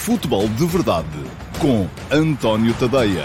Futebol de Verdade com António Tadeia.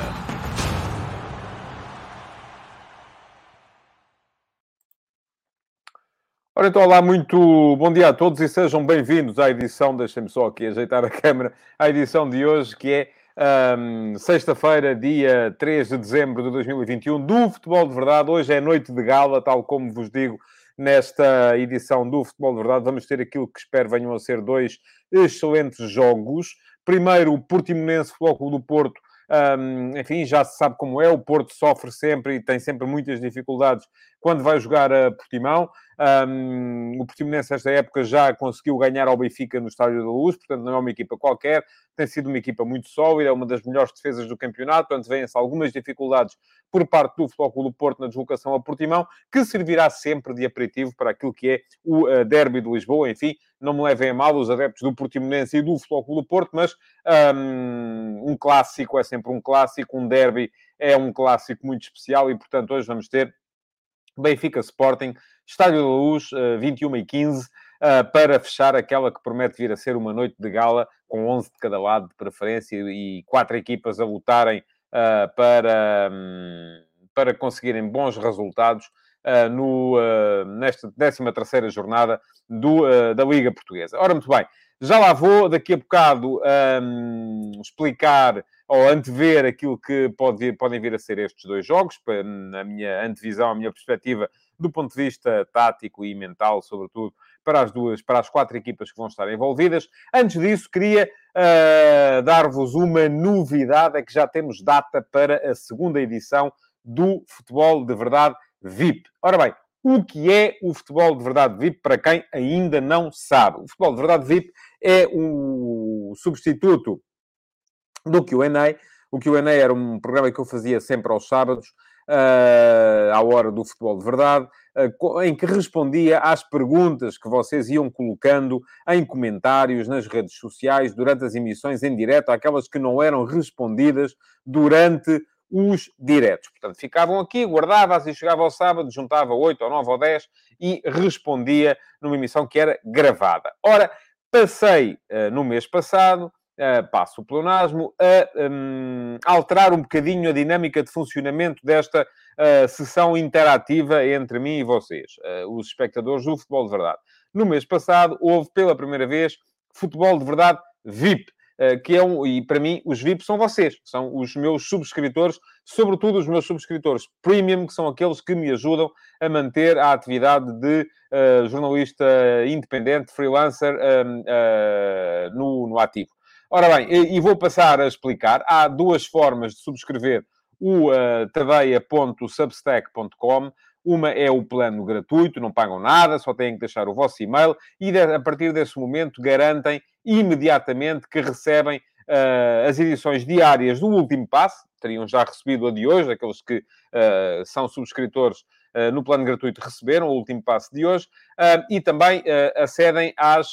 Ora então, olá, muito bom dia a todos e sejam bem-vindos à edição, deixem-me só aqui ajeitar a câmera, à edição de hoje, que é sexta-feira, dia 3 de dezembro de 2021, do Futebol de Verdade. Hoje é noite de gala, tal como vos digo, nesta edição do Futebol de Verdade. Vamos ter aquilo que espero venham a ser dois excelentes jogos. Primeiro, o Portimonense Futebol Clube do Porto. Enfim, já se sabe como é, o Porto sofre sempre e tem sempre muitas dificuldades quando vai jogar a Portimão. O Portimonense, esta época, já conseguiu ganhar ao Benfica no Estádio da Luz, portanto, não é uma equipa qualquer, tem sido uma equipa muito sólida, é uma das melhores defesas do campeonato, portanto, vêm-se algumas dificuldades por parte do Futebol Clube do Porto na deslocação a Portimão, que servirá sempre de aperitivo para aquilo que é o derby de Lisboa. Enfim, não me levem a mal os adeptos do Portimonense e do Futebol Clube do Porto, mas um clássico é sempre um clássico, um derby é um clássico muito especial e, portanto, hoje vamos ter Benfica Sporting, Estádio da Luz, 21h15, para fechar aquela que promete vir a ser uma noite de gala, com 11 de cada lado de preferência e 4 equipas a lutarem para conseguirem bons resultados nesta 13ª jornada da Liga Portuguesa. Ora, muito bem, já lá vou, daqui a bocado, explicar ou antever aquilo que podem vir a ser estes dois jogos, na minha antevisão, a minha perspectiva, do ponto de vista tático e mental, sobretudo, para as 4 equipas que vão estar envolvidas. Antes disso, queria dar-vos uma novidade, é que já temos data para a segunda edição do Futebol de Verdade VIP. Ora bem, o que é o Futebol de Verdade VIP, para quem ainda não sabe? O Futebol de Verdade VIP é o substituto do Q&A. O Q&A era um programa que eu fazia sempre aos sábados, à hora do Futebol de Verdade, em que respondia às perguntas que vocês iam colocando em comentários nas redes sociais durante as emissões em direto, aquelas que não eram respondidas durante os diretos. Portanto, ficavam aqui, guardava-as e chegava ao sábado, juntava 8 ou 9 ou 10 e respondia numa emissão que era gravada. Ora, passei no mês passado, passo o pleonasmo, a alterar um bocadinho a dinâmica de funcionamento desta sessão interativa entre mim e vocês, os espectadores do Futebol de Verdade. No mês passado, houve pela primeira vez Futebol de Verdade VIP, que é e para mim, os VIPs são vocês, são os meus subscritores, sobretudo os meus subscritores premium, que são aqueles que me ajudam a manter a atividade de jornalista independente, freelancer, no ativo. Ora bem, e vou passar a explicar. Há duas formas de subscrever o tadeia.substack.com. Uma é o plano gratuito, não pagam nada, só têm que deixar o vosso e-mail e a partir desse momento garantem imediatamente que recebem as edições diárias do Último Passe. Teriam já recebido a de hoje, aqueles que são subscritores no plano gratuito receberam o Último Passe de hoje, e também acedem às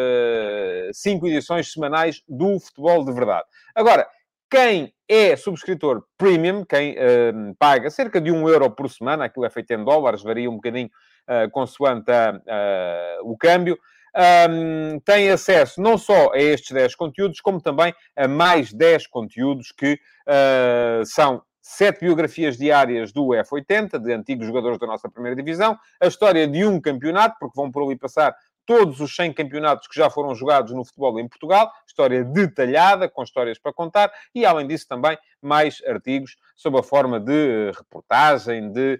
5 edições semanais do Futebol de Verdade. Agora, quem é subscritor premium, quem paga cerca de €1 por semana, aquilo é feito em dólares, varia um bocadinho consoante o câmbio, tem acesso não só a estes 10 conteúdos, como também a mais 10 conteúdos que são 7 biografias diárias do F80, de antigos jogadores da nossa primeira divisão, a história de um campeonato, porque vão por ali passar todos os 100 campeonatos que já foram jogados no futebol em Portugal, história detalhada, com histórias para contar, e além disso também mais artigos sob a forma de reportagem, de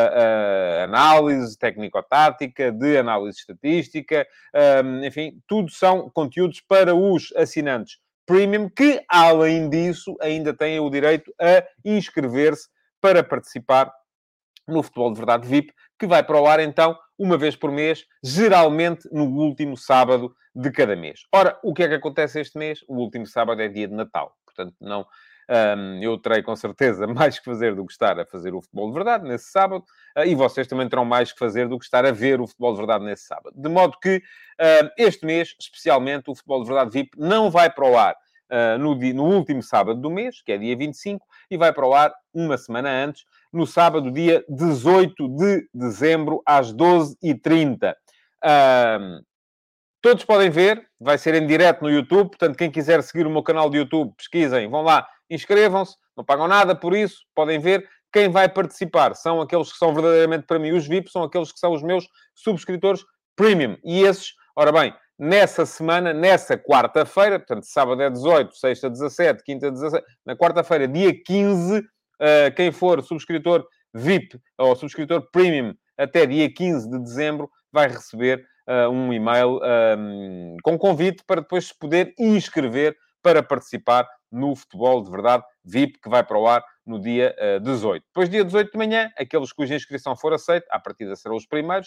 análise técnico-tática, de análise estatística, enfim, tudo são conteúdos para os assinantes premium, que, além disso, ainda têm o direito a inscrever-se para participar no Futebol de Verdade VIP, que vai para o ar, então, uma vez por mês, geralmente no último sábado de cada mês. Ora, o que é que acontece este mês? O último sábado é dia de Natal. Portanto, não... eu terei, com certeza, mais que fazer do que estar a fazer o Futebol de Verdade nesse sábado, e vocês também terão mais que fazer do que estar a ver o Futebol de Verdade nesse sábado. De modo que, este mês, especialmente, o Futebol de Verdade VIP não vai para o ar no último sábado do mês, que é dia 25, e vai para o ar uma semana antes, no sábado, dia 18 de dezembro, às 12h30. Todos podem ver, vai ser em direto no YouTube, portanto, quem quiser seguir o meu canal de YouTube, pesquisem, vão lá, inscrevam-se, não pagam nada por isso, podem ver. Quem vai participar são aqueles que são verdadeiramente, para mim, os VIPs, são aqueles que são os meus subscritores premium. E esses, ora bem, nessa semana, nessa quarta-feira, portanto, sábado é 18, sexta 17, quinta 17, na quarta-feira, dia 15, quem for subscritor VIP ou subscritor premium até dia 15 de dezembro vai receber um e-mail com convite para depois se poder inscrever para participar no Futebol de Verdade VIP, que vai para o ar no dia 18. Depois, dia 18 de manhã, aqueles cuja inscrição for aceita, à partida serão os primeiros,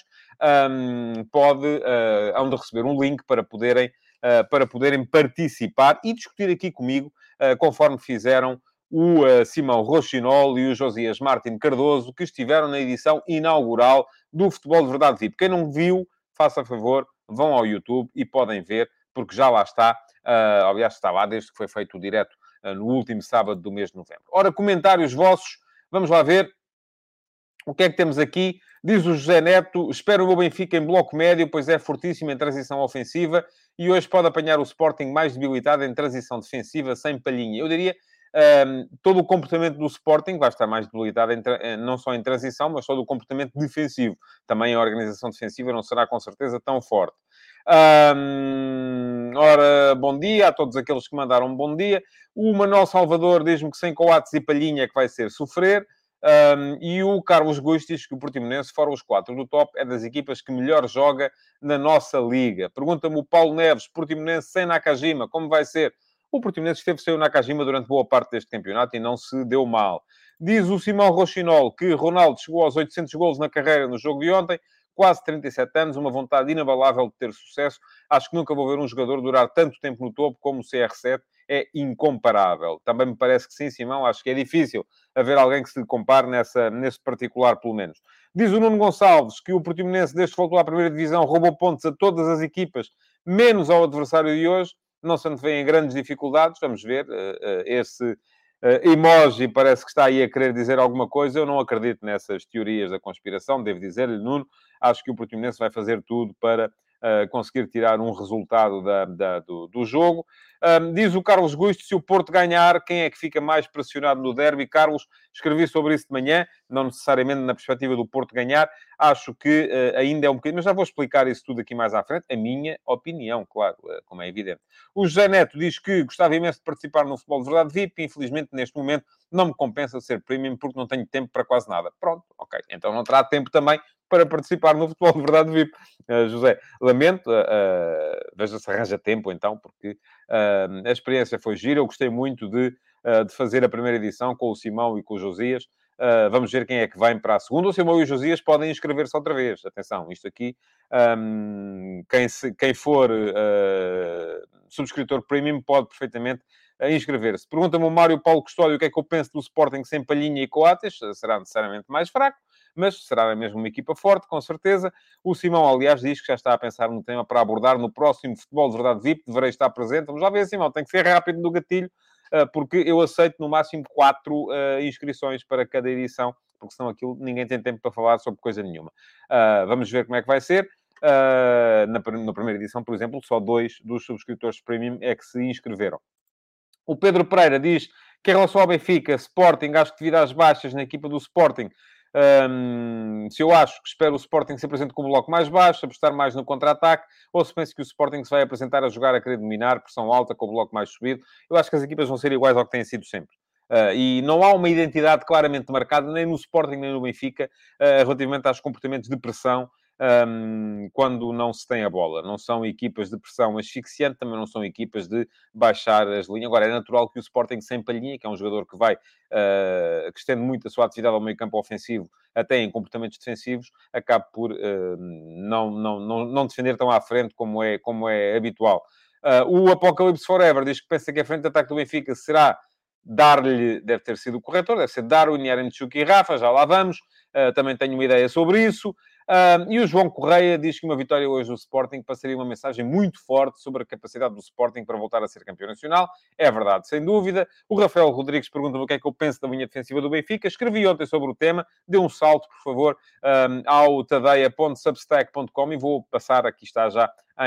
hão de receber um link para poderem participar e discutir aqui comigo, conforme fizeram o Simão Rochinol e o Josias Martin Cardoso, que estiveram na edição inaugural do Futebol de Verdade VIP. Quem não viu, faça favor, vão ao YouTube e podem ver, porque já lá está. Aliás, está lá desde que foi feito o direto no último sábado do mês de novembro. Ora, comentários vossos. Vamos lá ver o que é que temos aqui. Diz o José Neto: espero o meu Benfica em bloco médio, pois é fortíssimo em transição ofensiva e hoje pode apanhar o Sporting mais debilitado em transição defensiva, sem palhinha. Eu diria... todo o comportamento do Sporting vai estar mais debilitado, não só em transição, mas todo o comportamento defensivo. Também a organização defensiva não será, com certeza, tão forte. Ora, bom dia a todos aqueles que mandaram um bom dia. O Manuel Salvador diz-me que sem Coates e Palhinha é que vai ser sofrer. E o Carlos Guiz diz que o Portimonense, fora os 4 do top, é das equipas que melhor joga na nossa liga. Pergunta-me o Paulo Neves: Portimonense sem Nakajima, como vai ser? O Portimonense esteve sem o Nakajima durante boa parte deste campeonato e não se deu mal. Diz o Simão Rochinol que Ronaldo chegou aos 800 golos na carreira no jogo de ontem, quase 37 anos, uma vontade inabalável de ter sucesso. Acho que nunca vou ver um jogador durar tanto tempo no topo como o CR7. É incomparável. Também me parece que sim, Simão. Acho que é difícil haver alguém que se lhe compare nesse particular, pelo menos. Diz o Nuno Gonçalves que o Portimonense, desde que voltou à primeira divisão, roubou pontos a todas as equipas, menos ao adversário de hoje. Não se antevêem grandes dificuldades. Vamos ver. Esse emoji parece que está aí a querer dizer alguma coisa. Eu não acredito nessas teorias da conspiração. Devo dizer-lhe, Nuno, acho que o Portimonense vai fazer tudo para conseguir tirar um resultado do jogo. Diz o Carlos Gusto: se o Porto ganhar, quem é que fica mais pressionado no derby? Carlos, escrevi sobre isso de manhã, não necessariamente na perspectiva do Porto ganhar. Acho que ainda é um bocadinho... Mas já vou explicar isso tudo aqui mais à frente. A minha opinião, claro, como é evidente. O José Neto diz que gostava imenso de participar no Futebol de Verdade VIP. Infelizmente, neste momento, não me compensa ser premium porque não tenho tempo para quase nada. Pronto, ok. Então não terá tempo também para participar no Futebol de Verdade VIP. José, lamento. Veja se arranja tempo, então, porque a experiência foi gira. Eu gostei muito de fazer a primeira edição com o Simão e com o Josias. Vamos ver quem é que vem para a segunda. O Simão e o Josias podem inscrever-se outra vez. Atenção, isto aqui, quem for subscritor premium pode perfeitamente inscrever-se. Pergunta-me o Mário Paulo Custódio o que é que eu penso do Sporting sem Palhinha e Coates. Será necessariamente mais fraco, mas será mesmo uma equipa forte, com certeza. O Simão, aliás, diz que já está a pensar no tema para abordar no próximo Futebol de Verdade VIP. Deverei estar presente. Vamos lá ver, Simão. Tem que ser rápido no gatilho, porque eu aceito no máximo 4 inscrições para cada edição, porque senão aquilo ninguém tem tempo para falar sobre coisa nenhuma. Vamos ver como é que vai ser. Na primeira edição, por exemplo, só 2 dos subscritores premium é que se inscreveram. O Pedro Pereira diz que em relação ao Benfica, Sporting, acho que devido às baixas na equipa do Sporting, se eu acho que espero o Sporting se apresente com o bloco mais baixo, apostar mais no contra-ataque, ou se penso que o Sporting se vai apresentar a jogar a querer dominar, pressão alta, com o bloco mais subido, eu acho que as equipas vão ser iguais ao que têm sido sempre. E não há uma identidade claramente marcada, nem no Sporting, nem no Benfica, relativamente aos comportamentos de pressão, quando não se tem a bola. Não são equipas de pressão asfixiante, também não são equipas de baixar as linhas. Agora, é natural que o Sporting sem Palhinha, que é um jogador que vai, que estende muito a sua atividade ao meio campo ofensivo, até em comportamentos defensivos, acabe por não defender tão à frente como é habitual. O Apocalipse Forever diz que pensa que a frente de ataque do Benfica será dar-lhe, deve ter sido o corretor, deve ser Darwin, Yarenchuk e Rafa, já lá vamos. Também tenho uma ideia sobre isso. E o João Correia diz que uma vitória hoje do Sporting passaria uma mensagem muito forte sobre a capacidade do Sporting para voltar a ser campeão nacional. É verdade, sem dúvida. O Rafael Rodrigues pergunta-me o que é que eu penso da linha defensiva do Benfica. Escrevi ontem sobre o tema. Dê um salto, por favor, ao tadeia.substack.com e vou passar, aqui está já em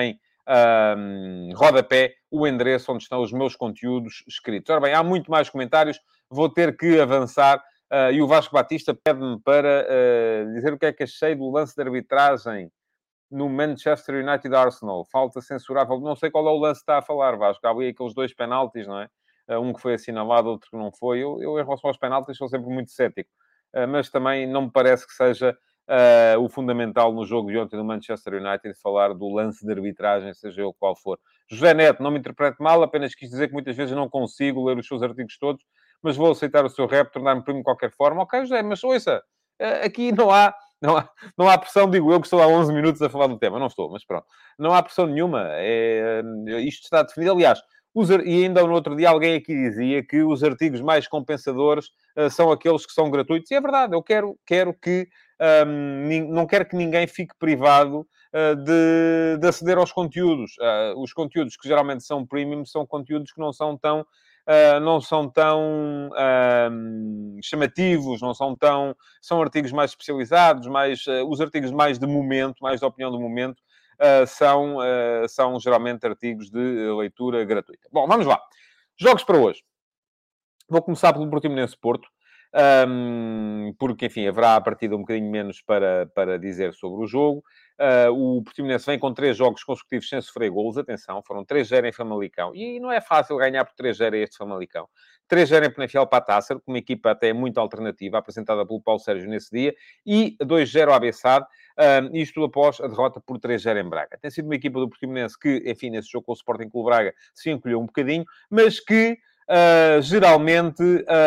rodapé, o endereço onde estão os meus conteúdos escritos. Ora bem, há muito mais comentários, vou ter que avançar. E o Vasco Batista pede-me para dizer o que é que achei do lance de arbitragem no Manchester United Arsenal. Falta censurável. Não sei qual é o lance que está a falar, Vasco. Há ali aqueles 2 penaltis, não é? Um que foi assinalado, outro que não foi. Eu em relação aos penaltis, sou sempre muito cético. Mas também não me parece que seja o fundamental no jogo de ontem do Manchester United falar do lance de arbitragem, seja ele qual for. José Neto, não me interprete mal, apenas quis dizer que muitas vezes não consigo ler os seus artigos todos, mas vou aceitar o seu rap, tornar-me primo de qualquer forma. Ok, José, mas ouça, aqui não há pressão, digo eu que estou há 11 minutos a falar do tema. Não estou, mas pronto. Não há pressão nenhuma. Isto está definido. Aliás, e ainda no outro dia alguém aqui dizia que os artigos mais compensadores são aqueles que são gratuitos. E é verdade, eu quero que... não quero que ninguém fique privado de aceder aos conteúdos. Os conteúdos que geralmente são premium são conteúdos que não são tão chamativos, não são tão... São artigos mais especializados, os artigos mais de momento, mais de opinião do momento, são geralmente artigos de leitura gratuita. Bom, vamos lá. Jogos para hoje. Vou começar pelo Portimonense-Porto, porque, enfim, haverá a partida um bocadinho menos para dizer sobre o jogo. O Portimonense vem com 3 jogos consecutivos sem sofrer golos. Atenção, foram 3-0 em Famalicão. E não é fácil ganhar por 3-0 a este Famalicão. 3-0 em Penafiel para a Taça, com uma equipa até muito alternativa, apresentada pelo Paulo Sérgio nesse dia. E 2-0 à Bessade, isto após a derrota por 3-0 em Braga. Tem sido uma equipa do Portimonense que, enfim, nesse jogo com o Sporting Clube Braga, se encolheu um bocadinho, mas que... geralmente,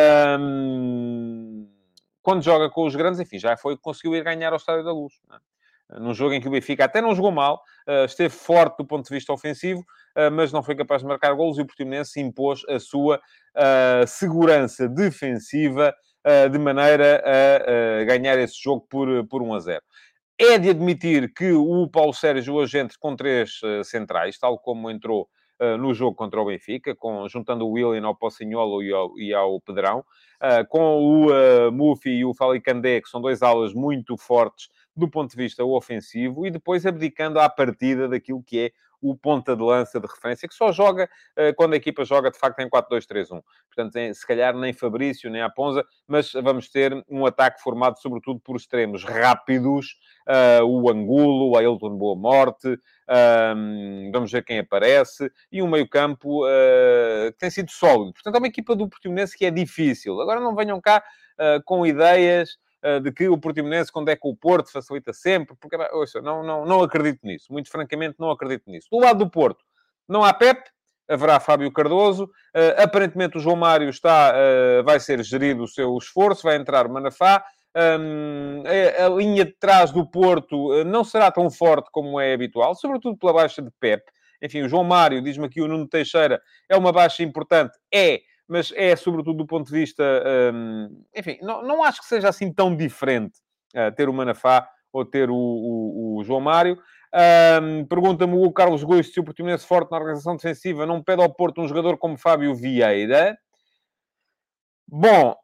quando joga com os grandes, enfim, já conseguiu ir ganhar ao Estádio da Luz. Não é? Num jogo em que o Benfica até não jogou mal, esteve forte do ponto de vista ofensivo, mas não foi capaz de marcar golos e o Portimonense impôs a sua segurança defensiva de maneira a ganhar esse jogo por 1-0. É de admitir que o Paulo Sérgio hoje entra com 3 centrais, tal como entrou no jogo contra o Benfica, juntando o Willian ao Pocinholo e ao Pedrão, com o Mufi e o Falicandé, que são 2 alas muito fortes do ponto de vista ofensivo, e depois abdicando à partida daquilo que é o ponta de lança de referência, que só joga quando a equipa joga, de facto, em 4-2-3-1. Portanto, se calhar nem Fabrício, nem Aponza, mas vamos ter um ataque formado, sobretudo, por extremos rápidos, o Angulo, o Ailton Boa Morte, vamos ver quem aparece, e um meio-campo que tem sido sólido. Portanto, é uma equipa do Portimonense que é difícil. Agora não venham cá com ideias de que o Portimonense, quando é com o Porto, facilita sempre, porque, ouça, não acredito nisso. Muito francamente, não acredito nisso. Do lado do Porto, não há Pepe, haverá Fábio Cardoso. Aparentemente, o João Mário vai ser gerido o seu esforço, vai entrar o Manafá. A linha de trás do Porto não será tão forte como é habitual, sobretudo pela baixa de Pepe. Enfim, o João Mário, diz-me aqui o Nuno Teixeira, é uma baixa importante? Mas é sobretudo do ponto de vista... enfim, não acho que seja assim tão diferente ter o Manafá ou ter o João Mário. Pergunta-me o Carlos Gomes se o Portimonense forte na organização defensiva não pede ao Porto um jogador como Fábio Vieira. Bom,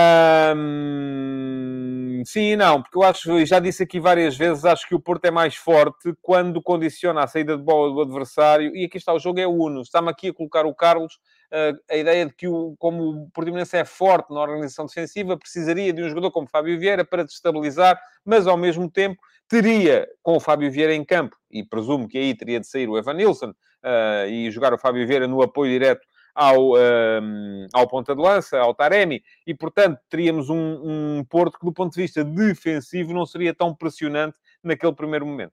sim e não, porque eu acho, já disse aqui várias vezes, acho que o Porto é mais forte quando condiciona a saída de bola do adversário, e aqui está, o jogo é uno. Está-me aqui a colocar o Carlos a ideia de que, como o Portimonense é forte na organização defensiva, precisaria de um jogador como Fábio Vieira para destabilizar, mas ao mesmo tempo teria, com o Fábio Vieira em campo, e presumo que aí teria de sair o Evanilson e jogar o Fábio Vieira no apoio direto ao ponta de lança, ao Taremi, e, portanto, teríamos um Porto que, do ponto de vista defensivo, não seria tão pressionante naquele primeiro momento.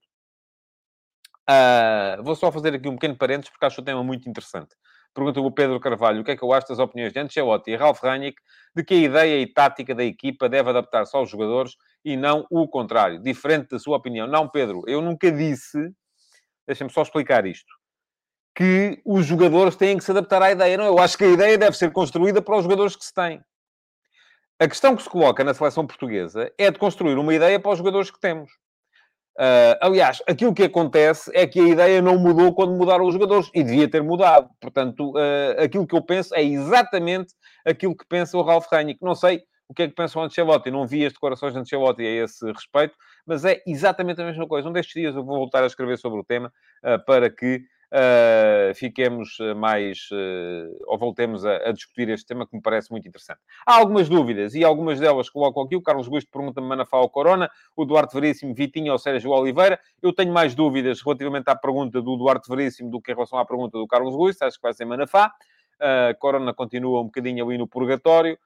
Vou só fazer aqui um pequeno parênteses, porque acho o tema muito interessante. Pergunta o Pedro Carvalho o que é que eu acho das opiniões de Ancelotti e Ralf Rangnick de que a ideia e tática da equipa deve adaptar-se aos jogadores e não o contrário. Diferente da sua opinião. Não, Pedro, eu nunca disse... Deixa-me só explicar isto. Que os jogadores têm que se adaptar à ideia. Não, eu acho que a ideia deve ser construída para os jogadores que se têm. A questão que se coloca na seleção portuguesa é de construir uma ideia para os jogadores que temos. Aliás, aquilo que acontece é que a ideia não mudou quando mudaram os jogadores. E devia ter mudado. Portanto, aquilo que eu penso é exatamente aquilo que pensa o Ralf Rangnick. Não sei o que é que pensa o Ancelotti. Não vi as declarações de Ancelotti a esse respeito. Mas é exatamente a mesma coisa. Um destes dias eu vou voltar a escrever sobre o tema para que fiquemos mais... ou voltemos a discutir este tema, que me parece muito interessante. Há algumas dúvidas, e algumas delas colocam aqui. O Carlos Gusto pergunta-me Manafá ou Corona, o Duarte Veríssimo, Vitinho ou Sérgio Oliveira. Eu tenho mais dúvidas relativamente à pergunta do Duarte Veríssimo do que em relação à pergunta do Carlos Gusto. Acho que vai ser Manafá. Corona continua um bocadinho ali no purgatório.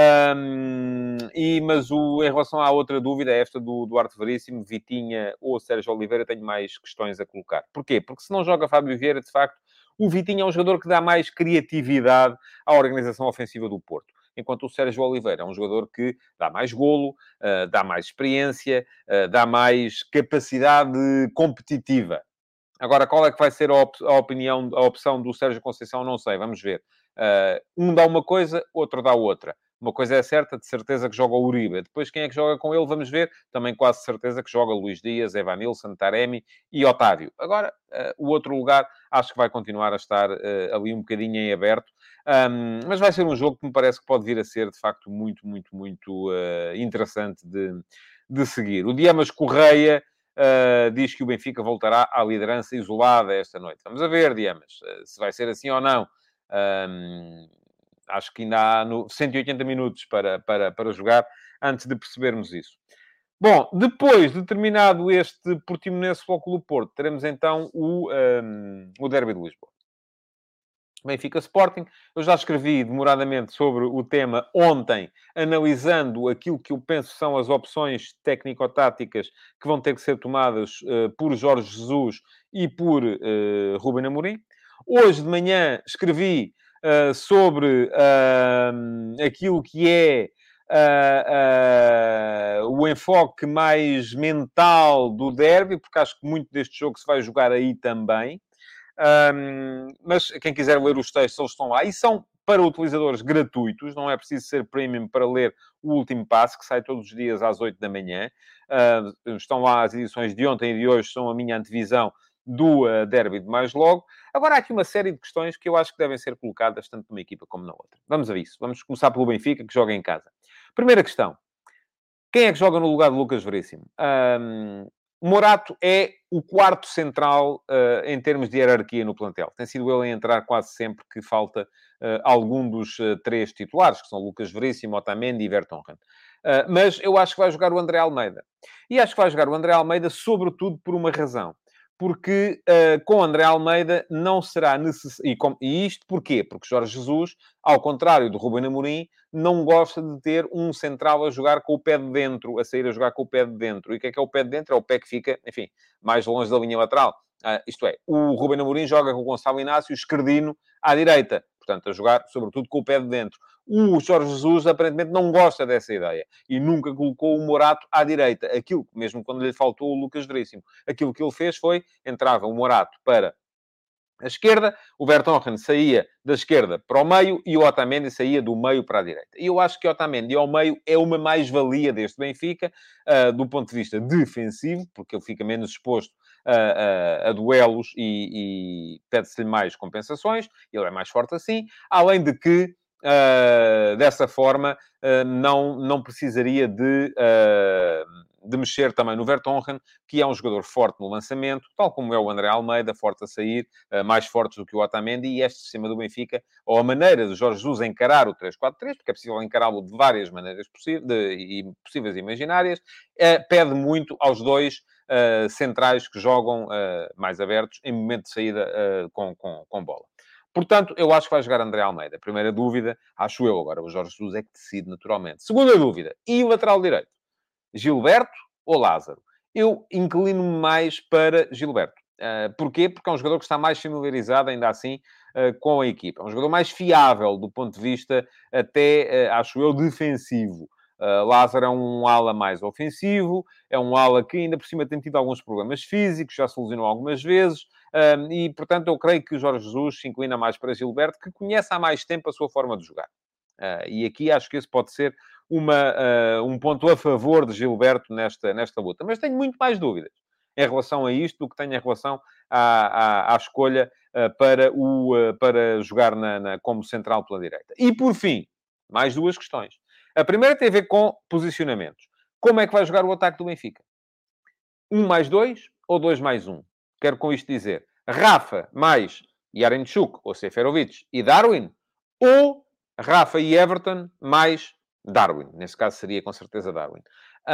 Em relação à outra dúvida, esta do Duarte Veríssimo, Vitinha ou Sérgio Oliveira, tenho mais questões a colocar. Porquê? Porque se não joga Fábio Vieira, de facto, o Vitinha é um jogador que dá mais criatividade à organização ofensiva do Porto. Enquanto o Sérgio Oliveira é um jogador que dá mais golo, dá mais experiência, dá mais capacidade competitiva. Agora, qual é que vai ser a opinião, a opção do Sérgio Conceição? Não sei, vamos ver. Um dá uma coisa, outro dá outra. Uma coisa é certa, de certeza que joga o Uribe. Depois, quem é que joga com ele? Vamos ver. Também quase certeza que joga Luís Dias, Evanilson, Taremi e Otávio. Agora, o outro lugar, acho que vai continuar a estar ali um bocadinho em aberto. Mas vai ser um jogo que me parece que pode vir a ser, de facto, muito, muito, muito interessante de seguir. O Diamas Correia diz que o Benfica voltará à liderança isolada esta noite. Vamos a ver, Diamas, se vai ser assim ou não. Acho que ainda há 180 minutos para jogar antes de percebermos isso. Bom, depois de terminado este Portimonense Futebol Clube Porto, teremos então o Derby de Lisboa. Benfica Sporting. Eu já escrevi demoradamente sobre o tema ontem, analisando aquilo que eu penso são as opções técnico-táticas que vão ter que ser tomadas por Jorge Jesus e por Ruben Amorim. Hoje de manhã escrevi sobre aquilo que é o enfoque mais mental do derby, porque acho que muito deste jogo se vai jogar aí também. Mas quem quiser ler os textos, eles estão lá. E são para utilizadores gratuitos. Não é preciso ser premium para ler o último passo, que sai todos os dias às 8 da manhã. Estão lá as edições de ontem e de hoje, são a minha antevisão do derby de mais logo. Agora, há aqui uma série de questões que eu acho que devem ser colocadas tanto numa equipa como na outra. Vamos a isso. Vamos começar pelo Benfica, que joga em casa. Primeira questão. Quem é que joga no lugar de Lucas Veríssimo? Morato é o quarto central em termos de hierarquia no plantel. Tem sido ele a entrar quase sempre que falta algum dos três titulares, que são Lucas Veríssimo, Otamendi e Vertonghen. Mas eu acho que vai jogar o André Almeida. E acho que vai jogar o André Almeida sobretudo por uma razão. Porque com o André Almeida não será necessário... E isto porquê? Porque Jorge Jesus, ao contrário do Ruben Amorim, não gosta de ter um central a jogar com o pé de dentro, a sair a jogar com o pé de dentro. E o que é o pé de dentro? É o pé que fica, enfim, mais longe da linha lateral. Isto é, o Ruben Amorim joga com o Gonçalo Inácio, esquerdino, à direita. Portanto, a jogar, sobretudo, com o pé de dentro. O Jorge Jesus, aparentemente, não gosta dessa ideia. E nunca colocou o Morato à direita. Aquilo, mesmo quando lhe faltou o Lucas Veríssimo. Aquilo que ele fez foi, entrava o Morato para a esquerda, o Vertonghen saía da esquerda para o meio e o Otamendi saía do meio para a direita. E eu acho que o Otamendi ao meio é uma mais-valia deste Benfica, do ponto de vista defensivo, porque ele fica menos exposto a duelos e pede-se-lhe mais compensações. Ele é mais forte assim. Além de que, dessa forma, não precisaria de mexer também no Vertonghen, que é um jogador forte no lançamento, tal como é o André Almeida, forte a sair, mais fortes do que o Otamendi, e este sistema do Benfica, ou a maneira de Jorge Jesus encarar o 3-4-3, porque é possível encará-lo de várias maneiras possíveis e imaginárias, pede muito aos dois centrais que jogam mais abertos em momento de saída com bola. Portanto, eu acho que vai jogar André Almeida. Primeira dúvida, acho eu. Agora, o Jorge Jesus é que decide naturalmente. Segunda dúvida, e o lateral direito? Gilberto ou Lázaro? Eu inclino-me mais para Gilberto. Porquê? Porque é um jogador que está mais familiarizado, ainda assim, com a equipa. É um jogador mais fiável do ponto de vista, até, acho eu, defensivo. Lázaro é um ala mais ofensivo, é um ala que ainda por cima tem tido alguns problemas físicos, já se lesionou algumas vezes, e, portanto, eu creio que o Jorge Jesus se inclina mais para Gilberto, que conhece há mais tempo a sua forma de jogar. E aqui acho que esse pode ser um ponto a favor de Gilberto nesta luta. Mas tenho muito mais dúvidas em relação a isto do que tenho em relação à escolha para jogar como central pela direita. E, por fim, mais duas questões. A primeira tem a ver com posicionamentos. Como é que vai jogar o ataque do Benfica? 1+2 ou 2+1? Quero com isto dizer, Rafa mais Yaremchuk ou Seferovic e Darwin, ou Rafa e Everton mais Darwin. Nesse caso seria com certeza Darwin.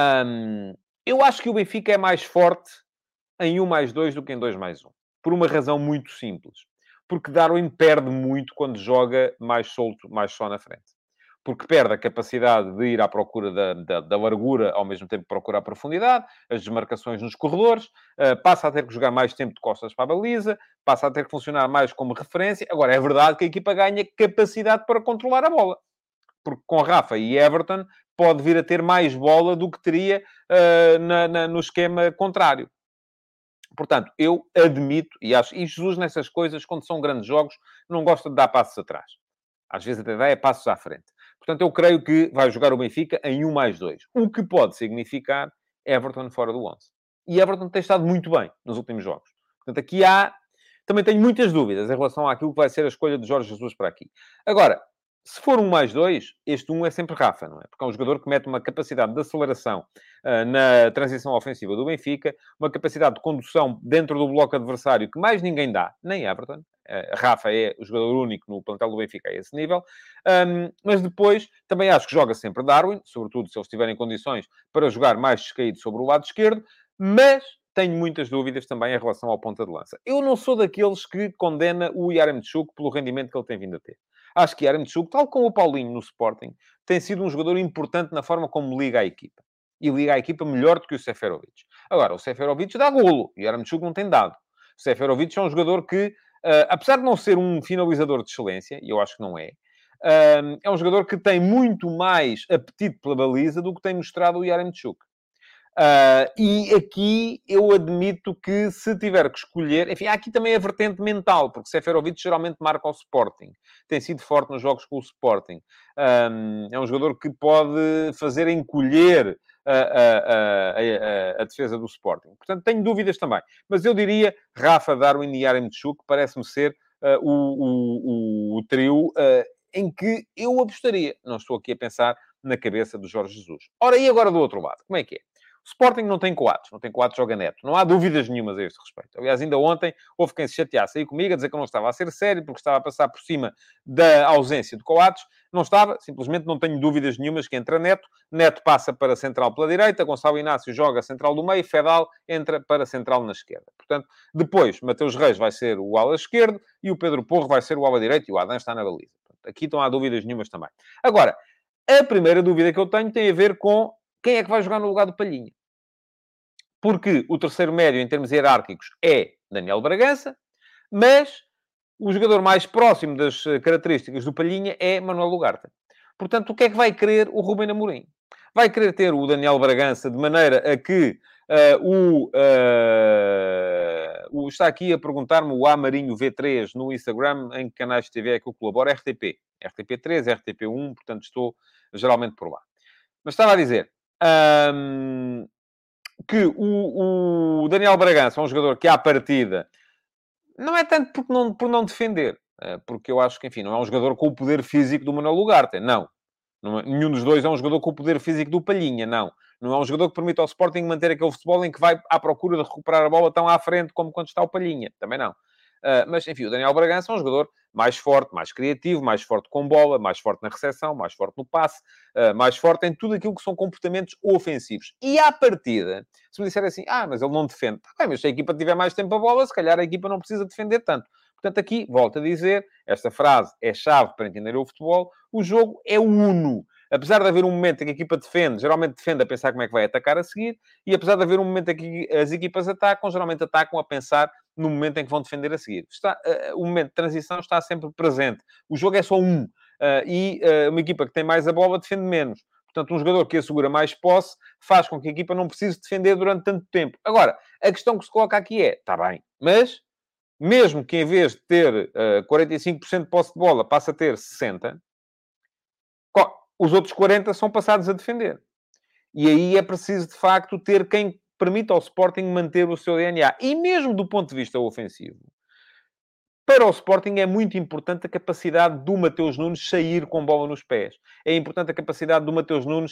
Eu acho que o Benfica é mais forte em 1+2 do que em 2+1. Por uma razão muito simples. Porque Darwin perde muito quando joga mais solto, mais só na frente. Porque perde a capacidade de ir à procura da largura, ao mesmo tempo que procura a profundidade, as desmarcações nos corredores, passa a ter que jogar mais tempo de costas para a baliza, passa a ter que funcionar mais como referência. Agora, é verdade que a equipa ganha capacidade para controlar a bola. Porque com Rafa e Everton pode vir a ter mais bola do que teria no esquema contrário. Portanto, eu admito, e acho, e Jesus nessas coisas, quando são grandes jogos, não gosta de dar passos atrás. Às vezes até dá passos à frente. Portanto, eu creio que vai jogar o Benfica em 1+2. O que pode significar Everton fora do 11. E Everton tem estado muito bem nos últimos jogos. Portanto, aqui há... Também tenho muitas dúvidas em relação àquilo que vai ser a escolha de Jorge Jesus para aqui. Agora, se for 1+2, este 1 é sempre Rafa, não é? Porque é um jogador que mete uma capacidade de aceleração na transição ofensiva do Benfica, uma capacidade de condução dentro do bloco adversário que mais ninguém dá, nem Everton. Rafa é o jogador único no plantel do Benfica a esse nível. Mas depois, também acho que joga sempre Darwin, sobretudo se eles tiverem condições para jogar mais descaído sobre o lado esquerdo, mas tenho muitas dúvidas também em relação ao ponta de lança. Eu não sou daqueles que condena o Yaremchuk pelo rendimento que ele tem vindo a ter. Acho que Yaremchuk, tal como o Paulinho no Sporting, tem sido um jogador importante na forma como liga a equipa. E liga a equipa melhor do que o Seferovic. Agora, o Seferovic dá golo. E o Yaremchuk não tem dado. O Seferovic é um jogador que, apesar de não ser um finalizador de excelência, e eu acho que não é, é um jogador que tem muito mais apetite pela baliza do que tem mostrado o Yaremchuk. E aqui eu admito que se tiver que escolher... Enfim, há aqui também a vertente mental, porque Seferovic geralmente marca o Sporting. Tem sido forte nos jogos com o Sporting. É um jogador que pode fazer encolher a defesa do Sporting. Portanto, tenho dúvidas também. Mas eu diria Rafa, Darwin e Yaremchuk parece-me ser o trio em que eu apostaria. Não estou aqui a pensar na cabeça do Jorge Jesus. Ora, e agora do outro lado? Como é que é? O Sporting não tem Coates, joga Neto. Não há dúvidas nenhumas a este respeito. Aliás, ainda ontem houve quem se chateasse aí comigo a dizer que eu não estava a ser sério, porque estava a passar por cima da ausência de Coates. Não estava, simplesmente não tenho dúvidas nenhumas que entra Neto. Neto passa para a central pela direita, Gonçalo Inácio joga a central do meio, Fedal entra para a central na esquerda. Portanto, depois, Mateus Reis vai ser o ala esquerdo e o Pedro Porro vai ser o ala direito e o Adam está na baliza. Portanto, aqui não há dúvidas nenhumas também. Agora, a primeira dúvida que eu tenho tem a ver com quem é que vai jogar no lugar do Palhinha. Porque o terceiro médio, em termos hierárquicos, é Daniel Bragança, mas o jogador mais próximo das características do Palhinha é Manuel Ugarte. Portanto, o que é que vai querer o Rubén Amorim? Vai querer ter o Daniel Bragança de maneira a que está aqui a perguntar-me o Amarinho V3 no Instagram, em que canais de TV é que eu colaboro? RTP. RTP3, RTP1, portanto estou geralmente por lá. Mas estava a dizer que o Daniel Bragança é um jogador que, à partida, não é tanto por não defender, porque eu acho que, enfim, não é um jogador com o poder físico do Manuel Ugarte, não. Nenhum dos dois é um jogador com o poder físico do Palhinha, não. Não é um jogador que permite ao Sporting manter aquele futebol em que vai à procura de recuperar a bola tão à frente como quando está o Palhinha. Também não. Mas, enfim, o Daniel Bragança é um jogador mais forte, mais criativo, mais forte com bola, mais forte na recepção, mais forte no passe, mais forte em tudo aquilo que são comportamentos ofensivos. E à partida, se me disserem assim, mas ele não defende. Bem, mas se a equipa tiver mais tempo a bola, se calhar a equipa não precisa defender tanto. Portanto, aqui, volto a dizer, esta frase é chave para entender o futebol, o jogo é uno. Apesar de haver um momento em que a equipa defende, geralmente defende a pensar como é que vai atacar a seguir, e apesar de haver um momento em que as equipas atacam, geralmente atacam a pensar no momento em que vão defender a seguir. O momento de transição está sempre presente. O jogo é só um. Uma equipa que tem mais a bola defende menos. Portanto, um jogador que assegura mais posse faz com que a equipa não precise defender durante tanto tempo. Agora, a questão que se coloca aqui é, está bem, mas mesmo que em vez de ter 45% de posse de bola passe a ter 60%, os outros 40% são passados a defender. E aí é preciso, de facto, ter quem permita ao Sporting manter o seu DNA. E mesmo do ponto de vista ofensivo, para o Sporting é muito importante a capacidade do Mateus Nunes sair com bola nos pés. É importante a capacidade do Mateus Nunes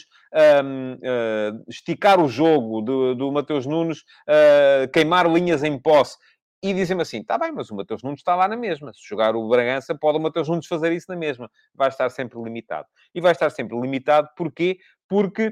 esticar o jogo, do Mateus Nunes queimar linhas em posse. E dizem-me assim, está bem, mas o Mateus Nunes está lá na mesma. Se jogar o Bragança, pode o Mateus Nunes fazer isso na mesma. Vai estar sempre limitado. E vai estar sempre limitado porquê? Porque,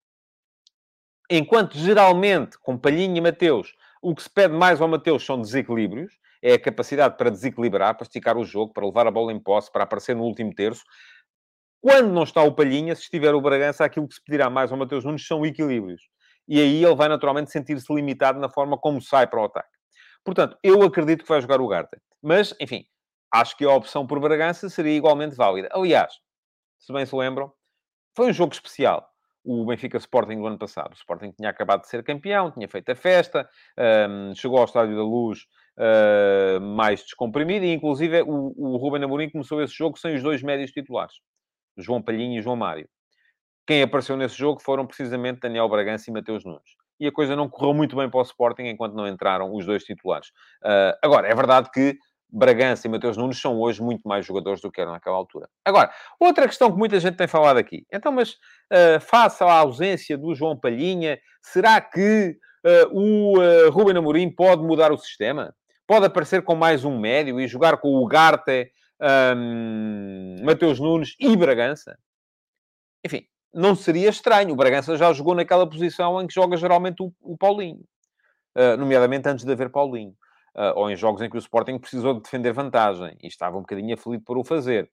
enquanto geralmente, com Palhinha e Mateus, o que se pede mais ao Mateus são desequilíbrios, é a capacidade para desequilibrar, para esticar o jogo, para levar a bola em posse, para aparecer no último terço. Quando não está o Palhinha, se estiver o Bragança, aquilo que se pedirá mais ao Mateus Nunes são equilíbrios. E aí ele vai naturalmente sentir-se limitado na forma como sai para o ataque. Portanto, eu acredito que vai jogar o Ugarte. Mas, enfim, acho que a opção por Bragança seria igualmente válida. Aliás, se bem se lembram, foi um jogo especial. O Benfica Sporting do ano passado. O Sporting tinha acabado de ser campeão, tinha feito a festa, chegou ao Estádio da Luz mais descomprimido e, inclusive, o Ruben Amorim começou esse jogo sem os dois médios titulares. João Palhinha e João Mário. Quem apareceu nesse jogo foram precisamente Daniel Bragança e Mateus Nunes. E a coisa não correu muito bem para o Sporting enquanto não entraram os dois titulares. Agora, é verdade que Bragança e Mateus Nunes são hoje muito mais jogadores do que eram naquela altura. Agora, outra questão que muita gente tem falado aqui. Então, mas face à ausência do João Palhinha, será que o Ruben Amorim pode mudar o sistema? Pode aparecer com mais um médio e jogar com o Ugarte, Mateus Nunes e Bragança? Enfim, não seria estranho. O Bragança já jogou naquela posição em que joga geralmente o Paulinho. Nomeadamente antes de haver Paulinho. Ou em jogos em que o Sporting precisou de defender vantagem. E estava um bocadinho aflito por o fazer.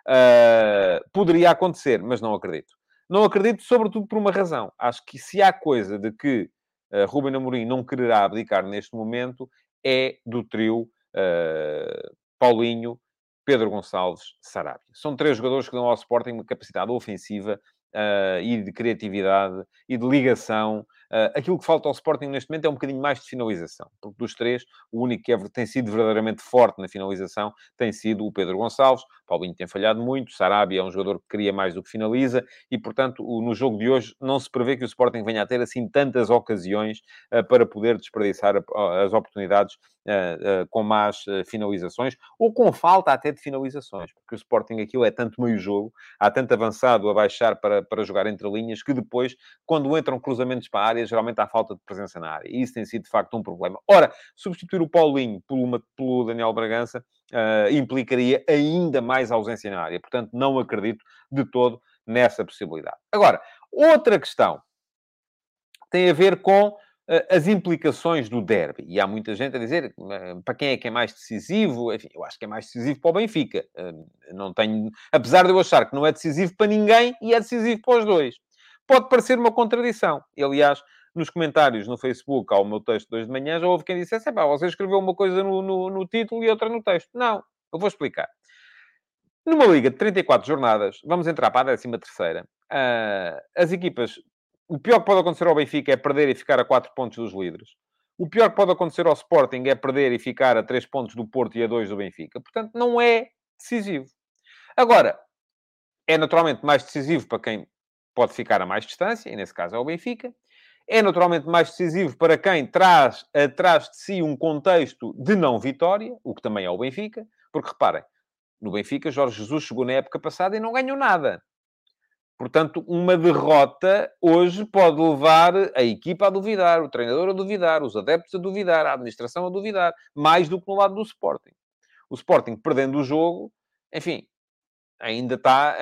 Poderia acontecer, mas não acredito. Não acredito, sobretudo por uma razão. Acho que se há coisa de que Ruben Amorim não quererá abdicar neste momento, é do trio Paulinho, Pedro Gonçalves, Sarabia. São três jogadores que dão ao Sporting uma capacidade ofensiva e de criatividade e de ligação. Aquilo que falta ao Sporting neste momento é um bocadinho mais de finalização. Porque dos três, o único que tem sido verdadeiramente forte na finalização tem sido o Pedro Gonçalves. Paulinho tem falhado muito. Sarabia é um jogador que cria mais do que finaliza. E, portanto, no jogo de hoje não se prevê que o Sporting venha a ter assim tantas ocasiões para poder desperdiçar as oportunidades com más finalizações, ou com falta até de finalizações, porque o Sporting aquilo é tanto meio jogo, há tanto avançado a baixar para jogar entre linhas, que depois, quando entram cruzamentos para a área, geralmente há falta de presença na área. E isso tem sido, de facto, um problema. Ora, substituir o Paulinho pelo Daniel Bragança implicaria ainda mais ausência na área. Portanto, não acredito de todo nessa possibilidade. Agora, outra questão tem a ver com as implicações do derby. E há muita gente a dizer para quem é que é mais decisivo. Enfim, eu acho que é mais decisivo para o Benfica. Não tenho... Apesar de eu achar que não é decisivo para ninguém e é decisivo para os dois. Pode parecer uma contradição. E, aliás, nos comentários no Facebook ao meu texto de hoje de manhã, já houve quem dissesse, você escreveu uma coisa no título e outra no texto. Não, eu vou explicar. Numa liga de 34 jornadas, vamos entrar para a 13ª, as equipas... O pior que pode acontecer ao Benfica é perder e ficar a 4 pontos dos líderes. O pior que pode acontecer ao Sporting é perder e ficar a 3 pontos do Porto e a 2 do Benfica. Portanto, não é decisivo. Agora, é naturalmente mais decisivo para quem pode ficar a mais distância, e nesse caso é o Benfica. É naturalmente mais decisivo para quem traz atrás de si um contexto de não vitória, o que também é o Benfica. Porque, reparem, no Benfica, Jorge Jesus chegou na época passada e não ganhou nada. Portanto, uma derrota hoje pode levar a equipa a duvidar, o treinador a duvidar, os adeptos a duvidar, a administração a duvidar, mais do que no lado do Sporting. O Sporting, perdendo o jogo, enfim, ainda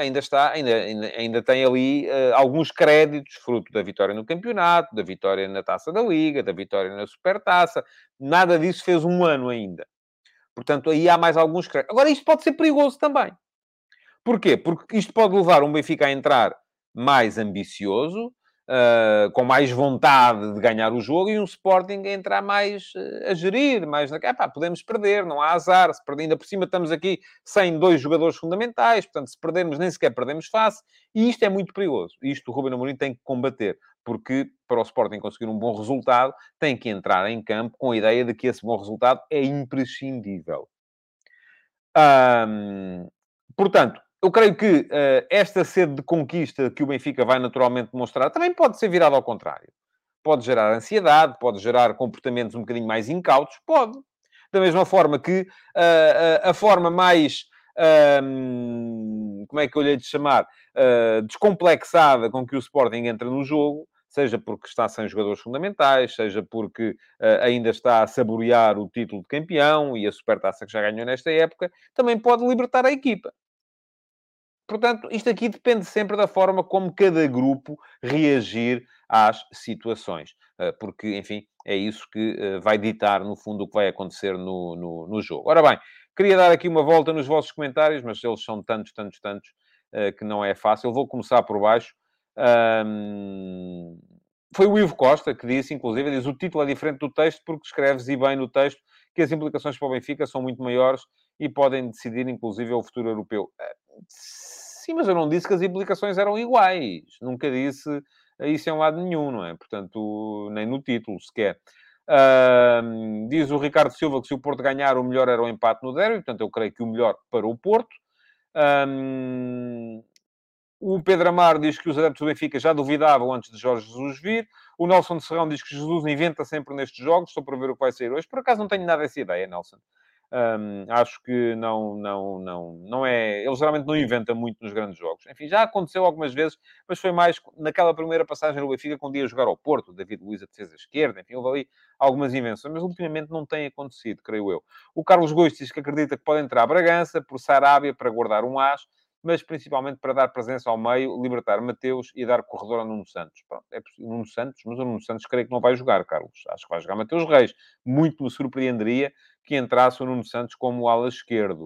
tem ali alguns créditos, fruto da vitória no campeonato, da vitória na Taça da Liga, da vitória na Supertaça. Nada disso fez um ano ainda. Portanto, aí há mais alguns créditos. Agora, isto pode ser perigoso também. Porquê? Porque isto pode levar um Benfica a entrar mais ambicioso, com mais vontade de ganhar o jogo, e um Sporting a entrar mais a gerir, mais podemos perder, não há azar, se perder, ainda por cima estamos aqui sem dois jogadores fundamentais, portanto, se perdermos, nem sequer perdemos face, e isto é muito perigoso. Isto o Ruben Amorim tem que combater, porque para o Sporting conseguir um bom resultado, tem que entrar em campo com a ideia de que esse bom resultado é imprescindível. Portanto, eu creio que esta sede de conquista que o Benfica vai naturalmente mostrar também pode ser virada ao contrário. Pode gerar ansiedade, pode gerar comportamentos um bocadinho mais incautos, pode. Da mesma forma que a forma mais, como é que eu lhe hei de chamar, descomplexada com que o Sporting entra no jogo, seja porque está sem jogadores fundamentais, seja porque ainda está a saborear o título de campeão e a supertaça que já ganhou nesta época, também pode libertar a equipa. Portanto, isto aqui depende sempre da forma como cada grupo reagir às situações. Porque, enfim, é isso que vai ditar, no fundo, o que vai acontecer no jogo. Ora bem, queria dar aqui uma volta nos vossos comentários, mas eles são tantos, tantos, tantos, que não é fácil. Vou começar por baixo. Ahm, Foi o Ivo Costa que disse, inclusive, diz, o título é diferente do texto porque escreves e bem no texto que as implicações para o Benfica são muito maiores e podem decidir, inclusive, o futuro europeu. Sim, mas eu não disse que as implicações eram iguais. Nunca disse isso em lado nenhum, não é? Portanto, nem no título sequer. Diz o Ricardo Silva que se o Porto ganhar, o melhor era o empate no derby. Portanto, eu creio que o melhor para o Porto. Ahm, o Pedro Amaro diz que os adeptos do Benfica já duvidavam antes de Jorge Jesus vir. O Nelson de Serrão diz que Jesus inventa sempre nestes jogos. Estou para ver o que vai sair hoje. Por acaso não tenho nada dessa ideia, Nelson. Acho que não é... Ele geralmente não inventa muito nos grandes jogos. Enfim, já aconteceu algumas vezes, mas foi mais naquela primeira passagem no Benfica, quando ia jogar ao Porto, David Luiz a defesa esquerda. Enfim, houve ali algumas invenções, mas ultimamente não tem acontecido, creio eu. O Carlos Gomes diz que acredita que pode entrar a Bragança por Sarabia para guardar um as, mas principalmente para dar presença ao meio, libertar Mateus e dar corredor ao Nuno Santos. Pronto, é possível, Nuno Santos, mas o Nuno Santos creio que não vai jogar, Carlos. Acho que vai jogar Mateus Reis. Muito me surpreenderia que entrasse o Nuno Santos como ala esquerdo.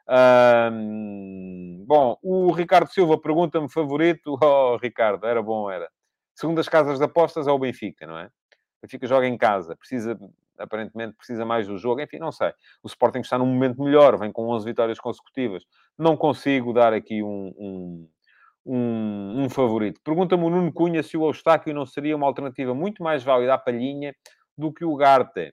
Bom, o Ricardo Silva pergunta-me favorito. Oh, Ricardo, era bom, era. Segundo as casas de apostas, é o Benfica, não é? O Benfica joga em casa, precisa, aparentemente, precisa mais do jogo. Enfim, não sei. O Sporting está num momento melhor, vem com 11 vitórias consecutivas. Não consigo dar aqui um favorito. Pergunta-me o Nuno Cunha se o Eustáquio não seria uma alternativa muito mais válida à Palhinha do que o Garte.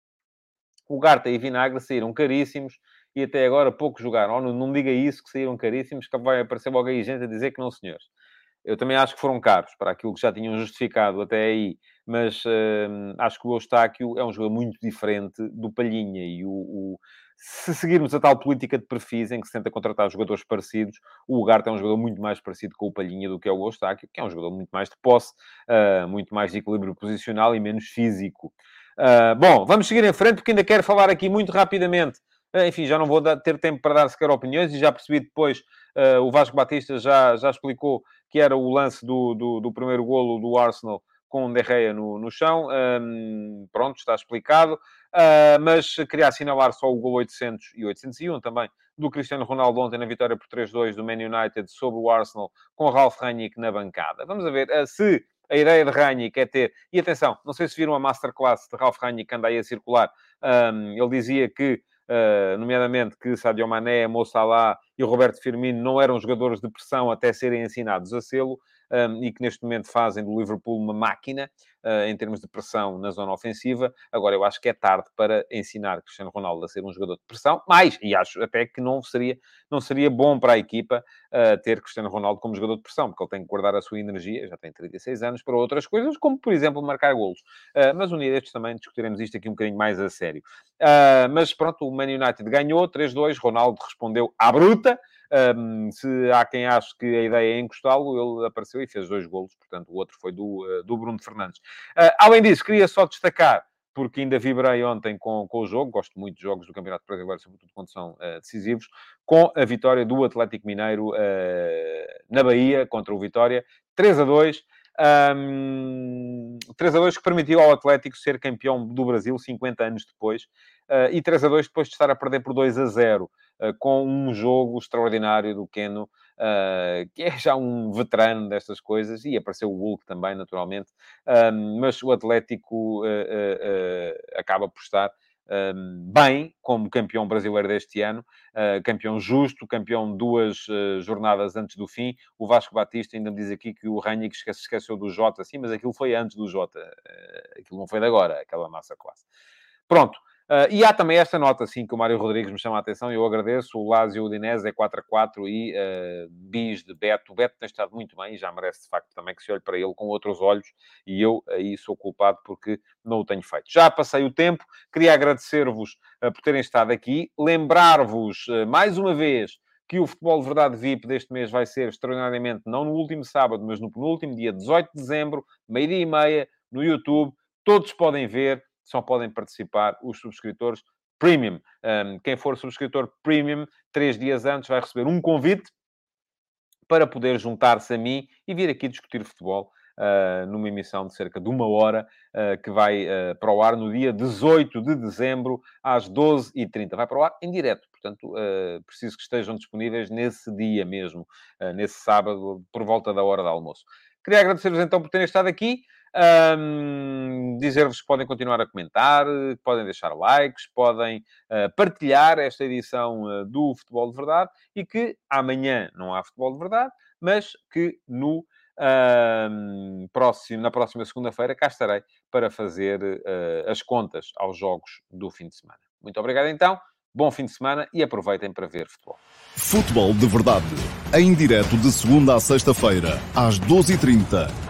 O Garta e Vinagre saíram caríssimos e até agora pouco jogaram. Oh, não diga isso, que saíram caríssimos, que vai aparecer logo aí gente a dizer que não, senhores. Eu também acho que foram caros para aquilo que já tinham justificado até aí, mas acho que o Eustáquio é um jogador muito diferente do Palhinha e se seguirmos a tal política de perfis em que se tenta contratar jogadores parecidos, o Ugarte é um jogador muito mais parecido com o Palhinha do que é o Eustáquio, que é um jogador muito mais de posse, muito mais de equilíbrio posicional e menos físico. Bom, vamos seguir em frente, porque ainda quero falar aqui muito rapidamente. Enfim, já não vou ter tempo para dar sequer opiniões e já percebi depois, o Vasco Batista já explicou que era o lance do primeiro golo do Arsenal com o De Gea no chão. Pronto, está explicado. Mas queria assinalar só o gol 800 e 801 também do Cristiano Ronaldo ontem na vitória por 3-2 do Man United sobre o Arsenal com o Ralf Rangnick na bancada. Vamos a ver se a ideia de Rangnick é ter... E atenção, não sei se viram a masterclass de Ralf Rangnick que anda aí a circular. Ele dizia que, nomeadamente, que Sadio Mané, Mo Salah e o Roberto Firmino não eram jogadores de pressão até serem ensinados a sê-lo. E que neste momento fazem do Liverpool uma máquina em termos de pressão na zona ofensiva. Agora, eu acho que é tarde para ensinar Cristiano Ronaldo a ser um jogador de pressão, e acho até que não seria bom para a equipa ter Cristiano Ronaldo como jogador de pressão, porque ele tem que guardar a sua energia, já tem 36 anos, para outras coisas, como, por exemplo, marcar golos. Mas um dia destes também discutiremos isto aqui um bocadinho mais a sério. Mas pronto, o Man United ganhou 3-2, Ronaldo respondeu à bruta. Se há quem ache que a ideia é encostá-lo, ele apareceu e fez 2 golos, portanto, o outro foi do Bruno Fernandes. Além disso, queria só destacar, porque ainda vibrei ontem com o jogo, gosto muito de jogos do Campeonato Brasileiro, sobretudo quando são decisivos, com a vitória do Atlético Mineiro na Bahia, contra o Vitória, 3-2. 3-2 que permitiu ao Atlético ser campeão do Brasil 50 anos depois, e 3-2 depois de estar a perder por 2-0. Com um jogo extraordinário do Keno, que é já um veterano destas coisas, e apareceu o Hulk também, naturalmente, mas o Atlético acaba por estar bem como campeão brasileiro deste ano, campeão justo, campeão 2 jornadas antes do fim. O Vasco Batista ainda me diz aqui que o Rangnick se esqueceu do Jota, sim, mas aquilo foi antes do Jota, aquilo não foi de agora, aquela massa classe. Pronto. E há também esta nota, assim, que o Mário Rodrigues me chama a atenção e eu agradeço. O Lazio Udinese é 4-4 e bis de Beto. O Beto tem estado muito bem e já merece, de facto, também que se olhe para ele com outros olhos. E eu aí sou culpado porque não o tenho feito. Já passei o tempo. Queria agradecer-vos por terem estado aqui. Lembrar-vos, mais uma vez, que o Futebol de Verdade VIP deste mês vai ser extraordinariamente, não no último sábado, mas no penúltimo, dia 18 de dezembro, 12h30, no YouTube. Todos podem ver, só podem participar os subscritores Premium. Quem for subscritor Premium, 3 dias antes vai receber um convite para poder juntar-se a mim e vir aqui discutir futebol numa emissão de cerca de 1 hora que vai para o ar no dia 18 de dezembro, às 12h30. Vai para o ar em direto, portanto, preciso que estejam disponíveis nesse dia mesmo, nesse sábado, por volta da hora do almoço. Queria agradecer-vos então por terem estado aqui. Dizer-vos que podem continuar a comentar, podem deixar likes, podem partilhar esta edição do Futebol de Verdade e que amanhã não há Futebol de Verdade, mas que na próxima segunda-feira cá estarei para fazer as contas aos jogos do fim de semana. Muito obrigado então, bom fim de semana e aproveitem para ver futebol. Futebol de Verdade, em direto de segunda a sexta-feira, às 12h30.